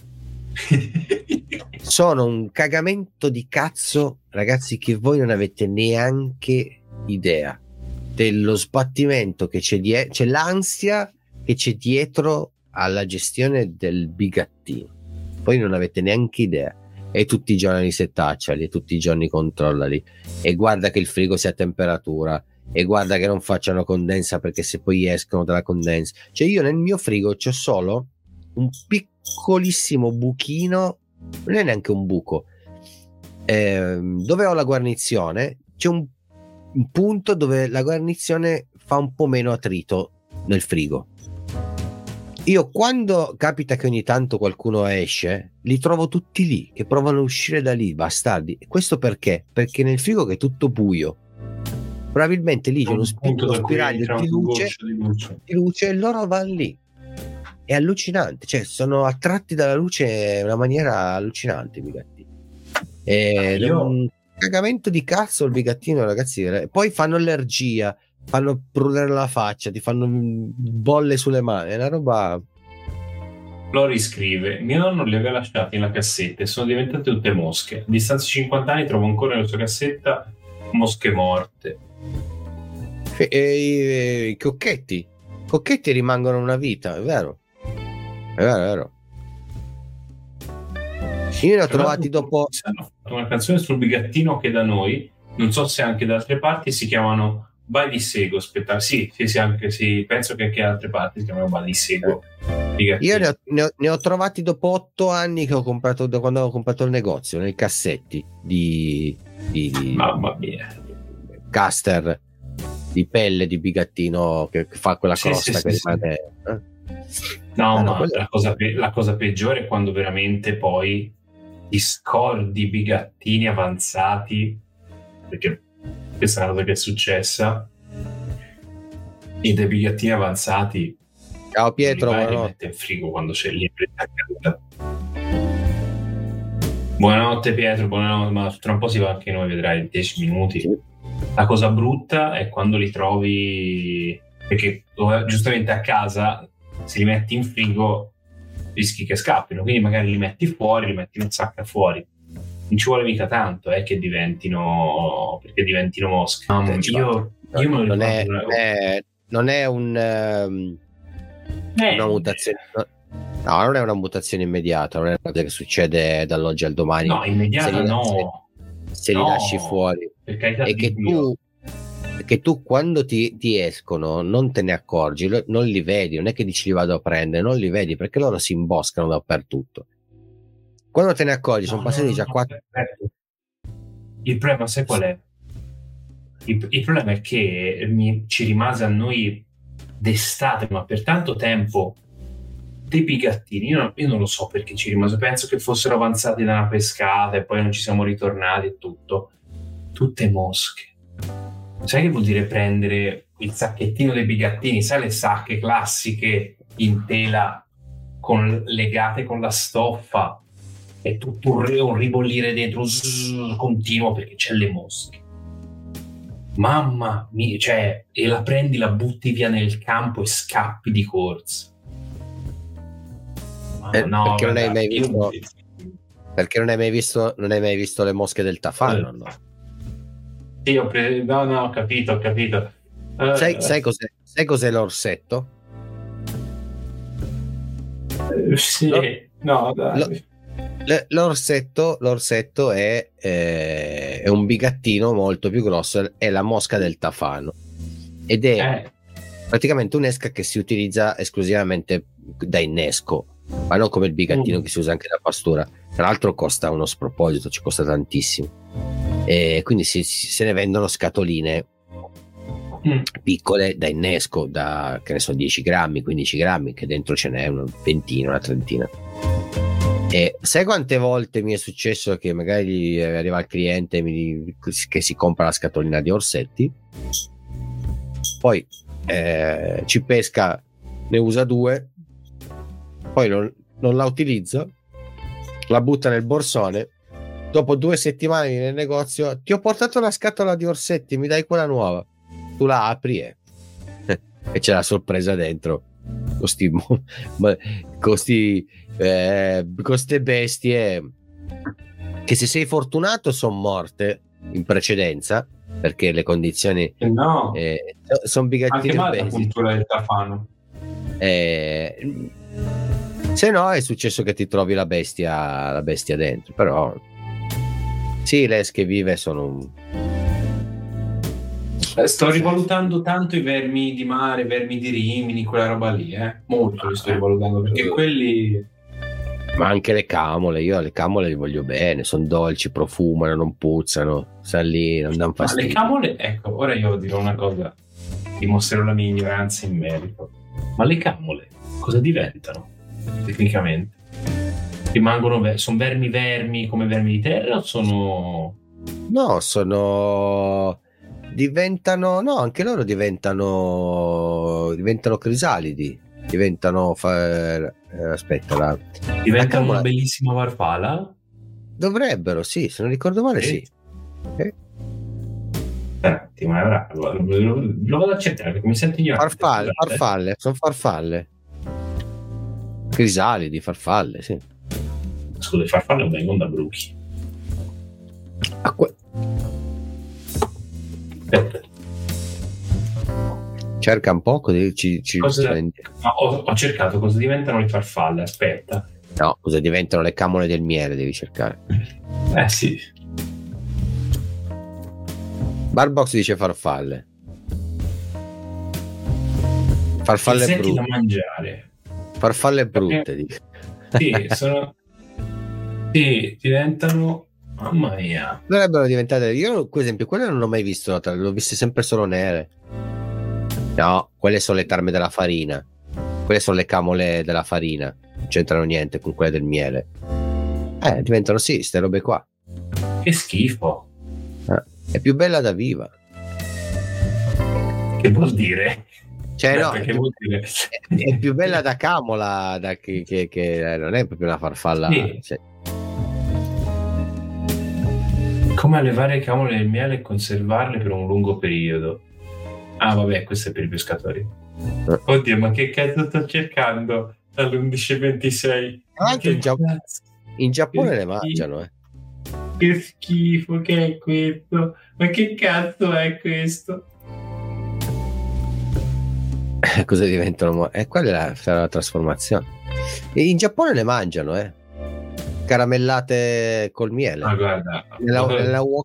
Sono un cagamento di cazzo, ragazzi, che voi non avete neanche idea dello sbattimento che c'è dietro, c'è l'ansia che c'è dietro alla gestione del bigattino. Voi non avete neanche idea. E tutti i giorni settacciali, e tutti i giorni controllali, e guarda che il frigo sia a temperatura, e guarda che non facciano condensa, perché se poi escono dalla condensa. Cioè io nel mio frigo c'ho solo un piccolissimo buchino, non è neanche un buco, dove ho la guarnizione. C'è un punto dove la guarnizione fa un po' meno attrito nel frigo. Io quando capita che ogni tanto qualcuno esce, li trovo tutti lì, che provano a uscire da lì, bastardi. E questo perché? Perché nel frigo che è tutto buio, probabilmente lì c'è uno spiraglio di luce e loro vanno lì. È allucinante, cioè sono attratti dalla luce in una maniera allucinante i bigattini. È un cagamento di cazzo il bigattino, ragazzi. Poi fanno allergia, fanno prudere la faccia, ti fanno bolle sulle mani, è una roba. Lo riscrive: mio nonno li aveva lasciati nella cassetta e sono diventate tutte mosche. A distanza di 50 anni trovo ancora nella sua cassetta mosche morte. I cocchetti rimangono una vita, è vero. Io ne ho trovati dopo. Hanno fatto una canzone sul bigattino che da noi, non so se anche da altre parti, si chiamano Balisego. Aspetta, sì, anche sì, penso che anche da altre parti si chiamano Balisego. Io ne ho trovati dopo 8 anni che ho comprato, da quando ho comprato il negozio, nei cassetti di mamma mia, caster di pelle di bigattino che fa quella crosta che rimane. No, ma la cosa peggiore è quando veramente poi ti scordi bigattini avanzati, perché questa è una cosa che è successa, e dei bigattini avanzati. Ciao Pietro, li mette in frigo quando c'è l'impresa. Buonanotte Pietro, buonanotte, ma tra un po' si va anche noi, vedrai, 10 minuti. Sì. La cosa brutta è quando li trovi, perché giustamente a casa, se li metti in frigo rischi che scappino, quindi magari li metti fuori, li metti in sacca fuori. Non ci vuole mica tanto che diventino mosche. Io me lo non è una mutazione. No, non è una mutazione immediata, non è una cosa che succede dall'oggi al domani. No, immediata se li lasci fuori. E che tu quando ti escono non te ne accorgi, non li vedi, non è che dici li vado a prendere, non li vedi perché loro si imboscano dappertutto. Quando te ne accorgi sono passati già 4. Il problema sai qual è? Il problema è che ci rimase a noi d'estate, ma per tanto tempo, dei bigattini. Io non lo so perché ci rimase, penso che fossero avanzati da una pescata e poi non ci siamo ritornati e tutto. Tutte mosche. Sai che vuol dire prendere il sacchettino dei bigattini? Sai le sacche classiche in tela legate con la stoffa e tutto un ribollire dentro continuo perché c'è le mosche. Mamma mia, cioè, e la prendi, la butti via nel campo e scappi di corsa. No, perché non hai mai visto? Perché non hai mai visto le mosche del Tafano? No? Sì, ho capito. Sai cos'è l'orsetto? Sì, no, dai. L'orsetto è un bigattino molto più grosso, è la mosca del Tafano ed è praticamente un'esca che si utilizza esclusivamente da innesco, ma non come il bigattino che si usa anche da pastura. Tra l'altro costa uno sproposito, ci costa tantissimo, e quindi se ne vendono scatoline piccole da innesco, da che ne so 10 grammi, 15 grammi, che dentro ce n'è una ventina, una trentina. E sai quante volte mi è successo che magari arriva il cliente che si compra la scatolina di orsetti, poi ci pesca, ne usa 2, poi non la utilizza, la butta nel borsone, dopo 2 settimane viene nel negozio: ti ho portato la scatola di orsetti, mi dai quella nuova? Tu la apri e c'è la sorpresa dentro, queste bestie che, se sei fortunato, sono morte in precedenza perché le condizioni sono bigattine. Anche la cultura del tafano. Se no è successo che ti trovi la bestia dentro, però sì, le esche vive sono sto rivalutando tanto i vermi di mare, vermi di Rimini, quella roba lì, molto li sto rivalutando, perché quelli... Ma anche le camole, io le camole le voglio bene, sono dolci, profumano, non puzzano, stanno lì, non danno fastidio. Le camole, ecco, ora io dirò una cosa, dimostrerò la mia ignoranza in merito, ma le camole cosa diventano tecnicamente? Rimangono sono vermi come vermi di terra o sono... No, diventano, no, anche loro diventano crisalidi, diventano aspetta, diventano una bellissima farfalla? Dovrebbero, sì, se non ricordo male, sì. Un attimo, lo vado a cercare perché mi sento ignorante. Farfalle, sono farfalle, crisalidi, farfalle, sì. Scusa, i farfalle vengono da bruchi. Cerca un po', così ho cercato cosa diventano le farfalle. Aspetta, no, cosa diventano le camole del miele devi cercare. Sì. Barbox dice farfalle brutte da mangiare, farfalle brutte, dice. Sì, sì, diventano, mamma mia, dovrebbero diventare. Io, per esempio, quelle non l'ho mai visto, l'ho viste sempre solo nere. No, quelle sono le tarme della farina, quelle sono le camole della farina, non c'entrano niente con quelle del miele. Diventano ste robe qua. Che schifo. È più bella da viva. Che vuol dire? Cioè, no, che vuol dire? È più bella da camola, che non è proprio una farfalla. Sì. Cioè. Come allevare camole del miele e conservarle per un lungo periodo. Ah, vabbè, questo è per i pescatori. Oddio, ma che cazzo sto cercando all'11:26? In Giappone le mangiano, Che schifo, che è questo? Ma che cazzo è questo? Cosa diventano? Quella è la trasformazione. In Giappone le mangiano, caramellate col miele. Ma guarda, nella wok.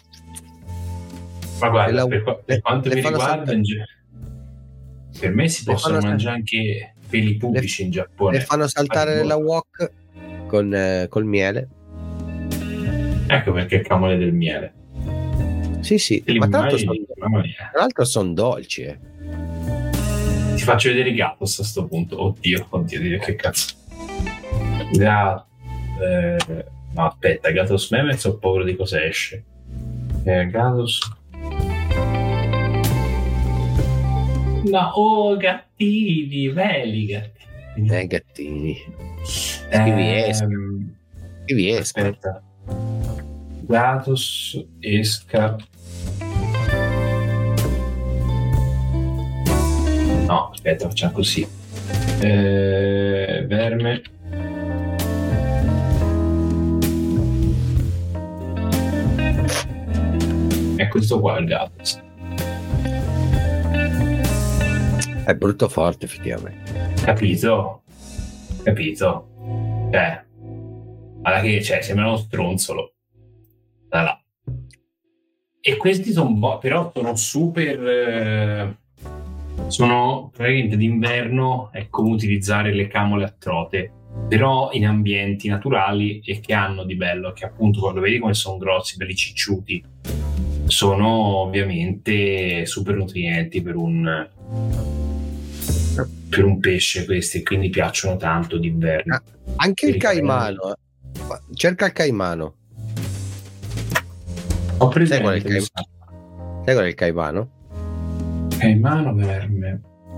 Ma guarda, per quanto mi riguarda, per me si possono mangiare anche peli pubblici in Giappone. Le fanno saltare nella wok col miele. Ecco perché camole del miele. Sì, ma tra l'altro sono dolci. Ti faccio vedere i Gatos a sto punto. Oddio, che cazzo. No, aspetta, Gatos Meme, sono paura di cosa esce. Gatos. No, gattini, belli gattini. Gattini. Scrivi aspetta. Gatos esca. No, aspetta, facciamo così. Verme. È questo qua il Gatos. È brutto forte, effettivamente. Capito? Alla che sembra uno stronzolo. Là. E questi però sono super. Sono praticamente d'inverno, è come utilizzare le camole a trote, però in ambienti naturali, e che hanno di bello che appunto quando vedi come sono grossi, belli cicciuti, sono ovviamente super nutrienti per un pesce questi, quindi piacciono tanto d'inverno. Anche il caimano, cerca il caimano. Ho Sai qual è presente Sai qual è il caimano? Caimano verme.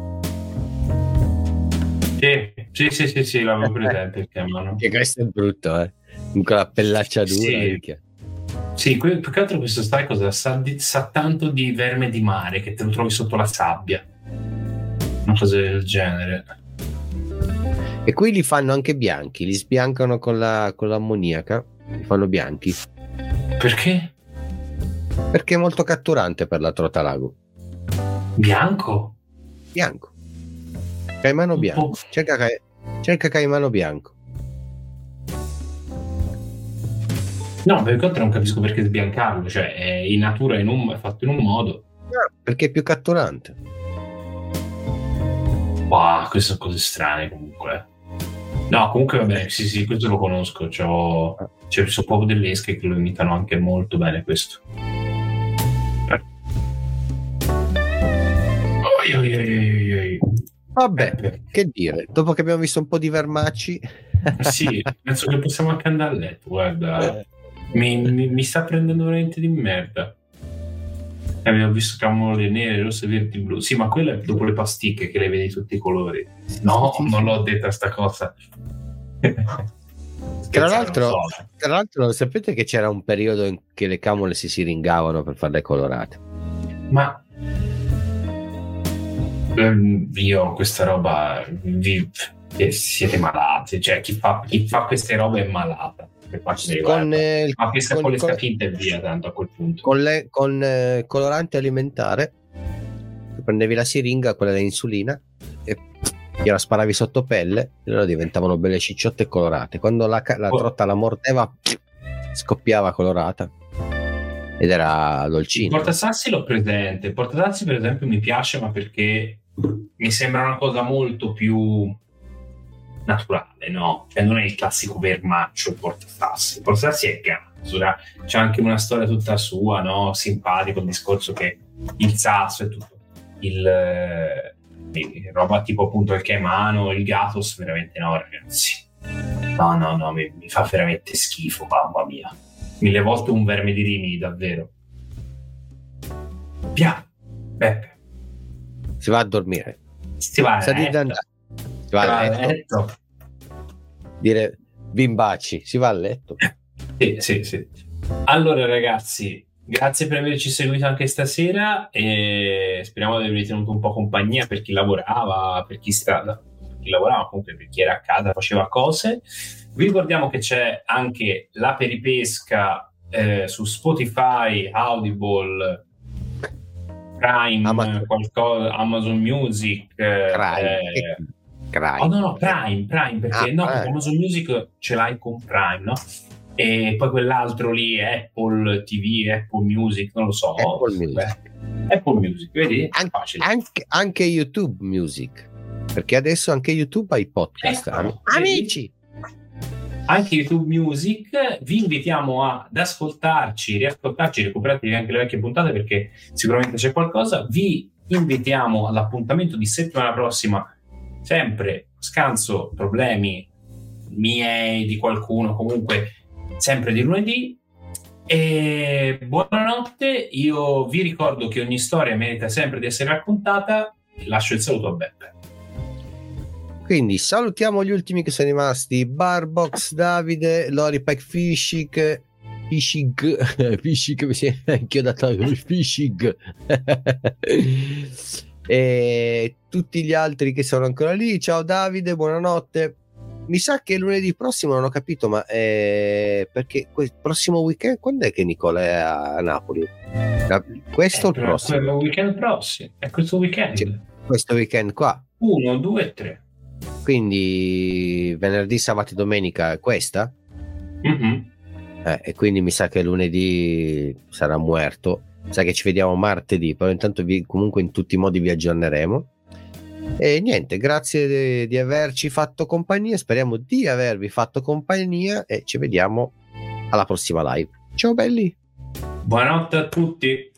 Sì, l'avevo presente il caimano. Che questo è brutto, con quella pellaccia dura. Sì. Sì, più che altro questo sai cosa sa tanto di verme di mare, che te lo trovi sotto la sabbia, una cosa del genere. E qui li fanno anche bianchi, li sbiancano con l'ammoniaca, li fanno bianchi. Perché? Perché è molto catturante per la trota lago. Bianco? Caimano bianco. Cerca caimano bianco. No, per contro non capisco perché sbiancarlo, cioè è in natura è fatto in un modo. Perché è più catturante. Wow, queste sono cose strane comunque. No, comunque vabbè, sì, questo lo conosco. Sono proprio delle esche che lo imitano anche molto bene questo. Vabbè, che dire, dopo che abbiamo visto un po' di vermacci. Sì, penso che possiamo anche andare a letto, guarda. Mi sta prendendo veramente di merda. Abbiamo visto camole nere, rosse, verdi, blu. Sì, ma quella è dopo le pasticche che le vedi tutti i colori. No, non l'ho detta sta cosa. Tra l'altro, sapete che c'era un periodo in che le camole si siringavano per farle colorate? Ma io questa roba siete malati, cioè chi fa queste robe è malata. Con le scafinte e via, tanto a quel punto. Con colorante alimentare, prendevi la siringa, quella da insulina, e gliela sparavi sotto pelle, e loro diventavano belle cicciotte e colorate. Quando la trotta la mordeva, scoppiava colorata ed era dolcino. Il portasassi l'ho presente. Il portasassi, per esempio, mi piace, ma perché mi sembra una cosa molto più naturale, no? Cioè non è il classico vermaccio il portasassi. Il portasassi è ganzo, c'è anche una storia tutta sua, no? Simpatico il discorso che il sasso è tutto roba tipo appunto il caimano, il gatos, veramente no, ragazzi. No, mi fa veramente schifo, mamma mia. 1000 volte un verme di Rimini, davvero. Via, Beppe. Si va a dormire. Si va a letto. Dire bimbacci, si va a letto. Sì. Allora ragazzi, grazie per averci seguito anche stasera e speriamo di avervi tenuto un po' compagnia per chi lavorava, comunque per chi era a casa, faceva cose. Vi ricordiamo che c'è anche la peripesca su Spotify, Audible, Prime, Amazon Music, Prime, perché perché Amazon Music ce l'hai con Prime, no? E poi quell'altro lì, Apple TV, Apple Music, non lo so. Apple Music, vedi? Anche YouTube Music, perché adesso anche YouTube ha i podcast. Amici! Anche YouTube Music, vi invitiamo ad ascoltarci, riascoltarci, recuperatevi anche le vecchie puntate perché sicuramente c'è qualcosa. Vi invitiamo all'appuntamento di settimana prossima, sempre scanso problemi miei, di qualcuno, comunque sempre di lunedì. E buonanotte, io vi ricordo che ogni storia merita sempre di essere raccontata. Lascio il saluto a Beppe. Quindi salutiamo gli ultimi che sono rimasti: Barbox, Davide, Loripack, Fishing mi si è inchiodato Fishing e tutti gli altri che sono ancora lì. Ciao Davide, buonanotte. Mi sa che lunedì prossimo, non ho capito, ma perché il prossimo weekend quando è che Nicola è a Napoli? Questo o il prossimo? Weekend prossimo, è questo weekend. Questo weekend qua. 1, 2, 3. Quindi venerdì, sabato e domenica è questa? Mm-hmm. E quindi mi sa che lunedì sarà muerto. Sa che ci vediamo martedì, però intanto comunque in tutti i modi vi aggiorneremo. E niente, grazie di averci fatto compagnia, speriamo di avervi fatto compagnia e ci vediamo alla prossima live. Ciao belli! Buonanotte a tutti.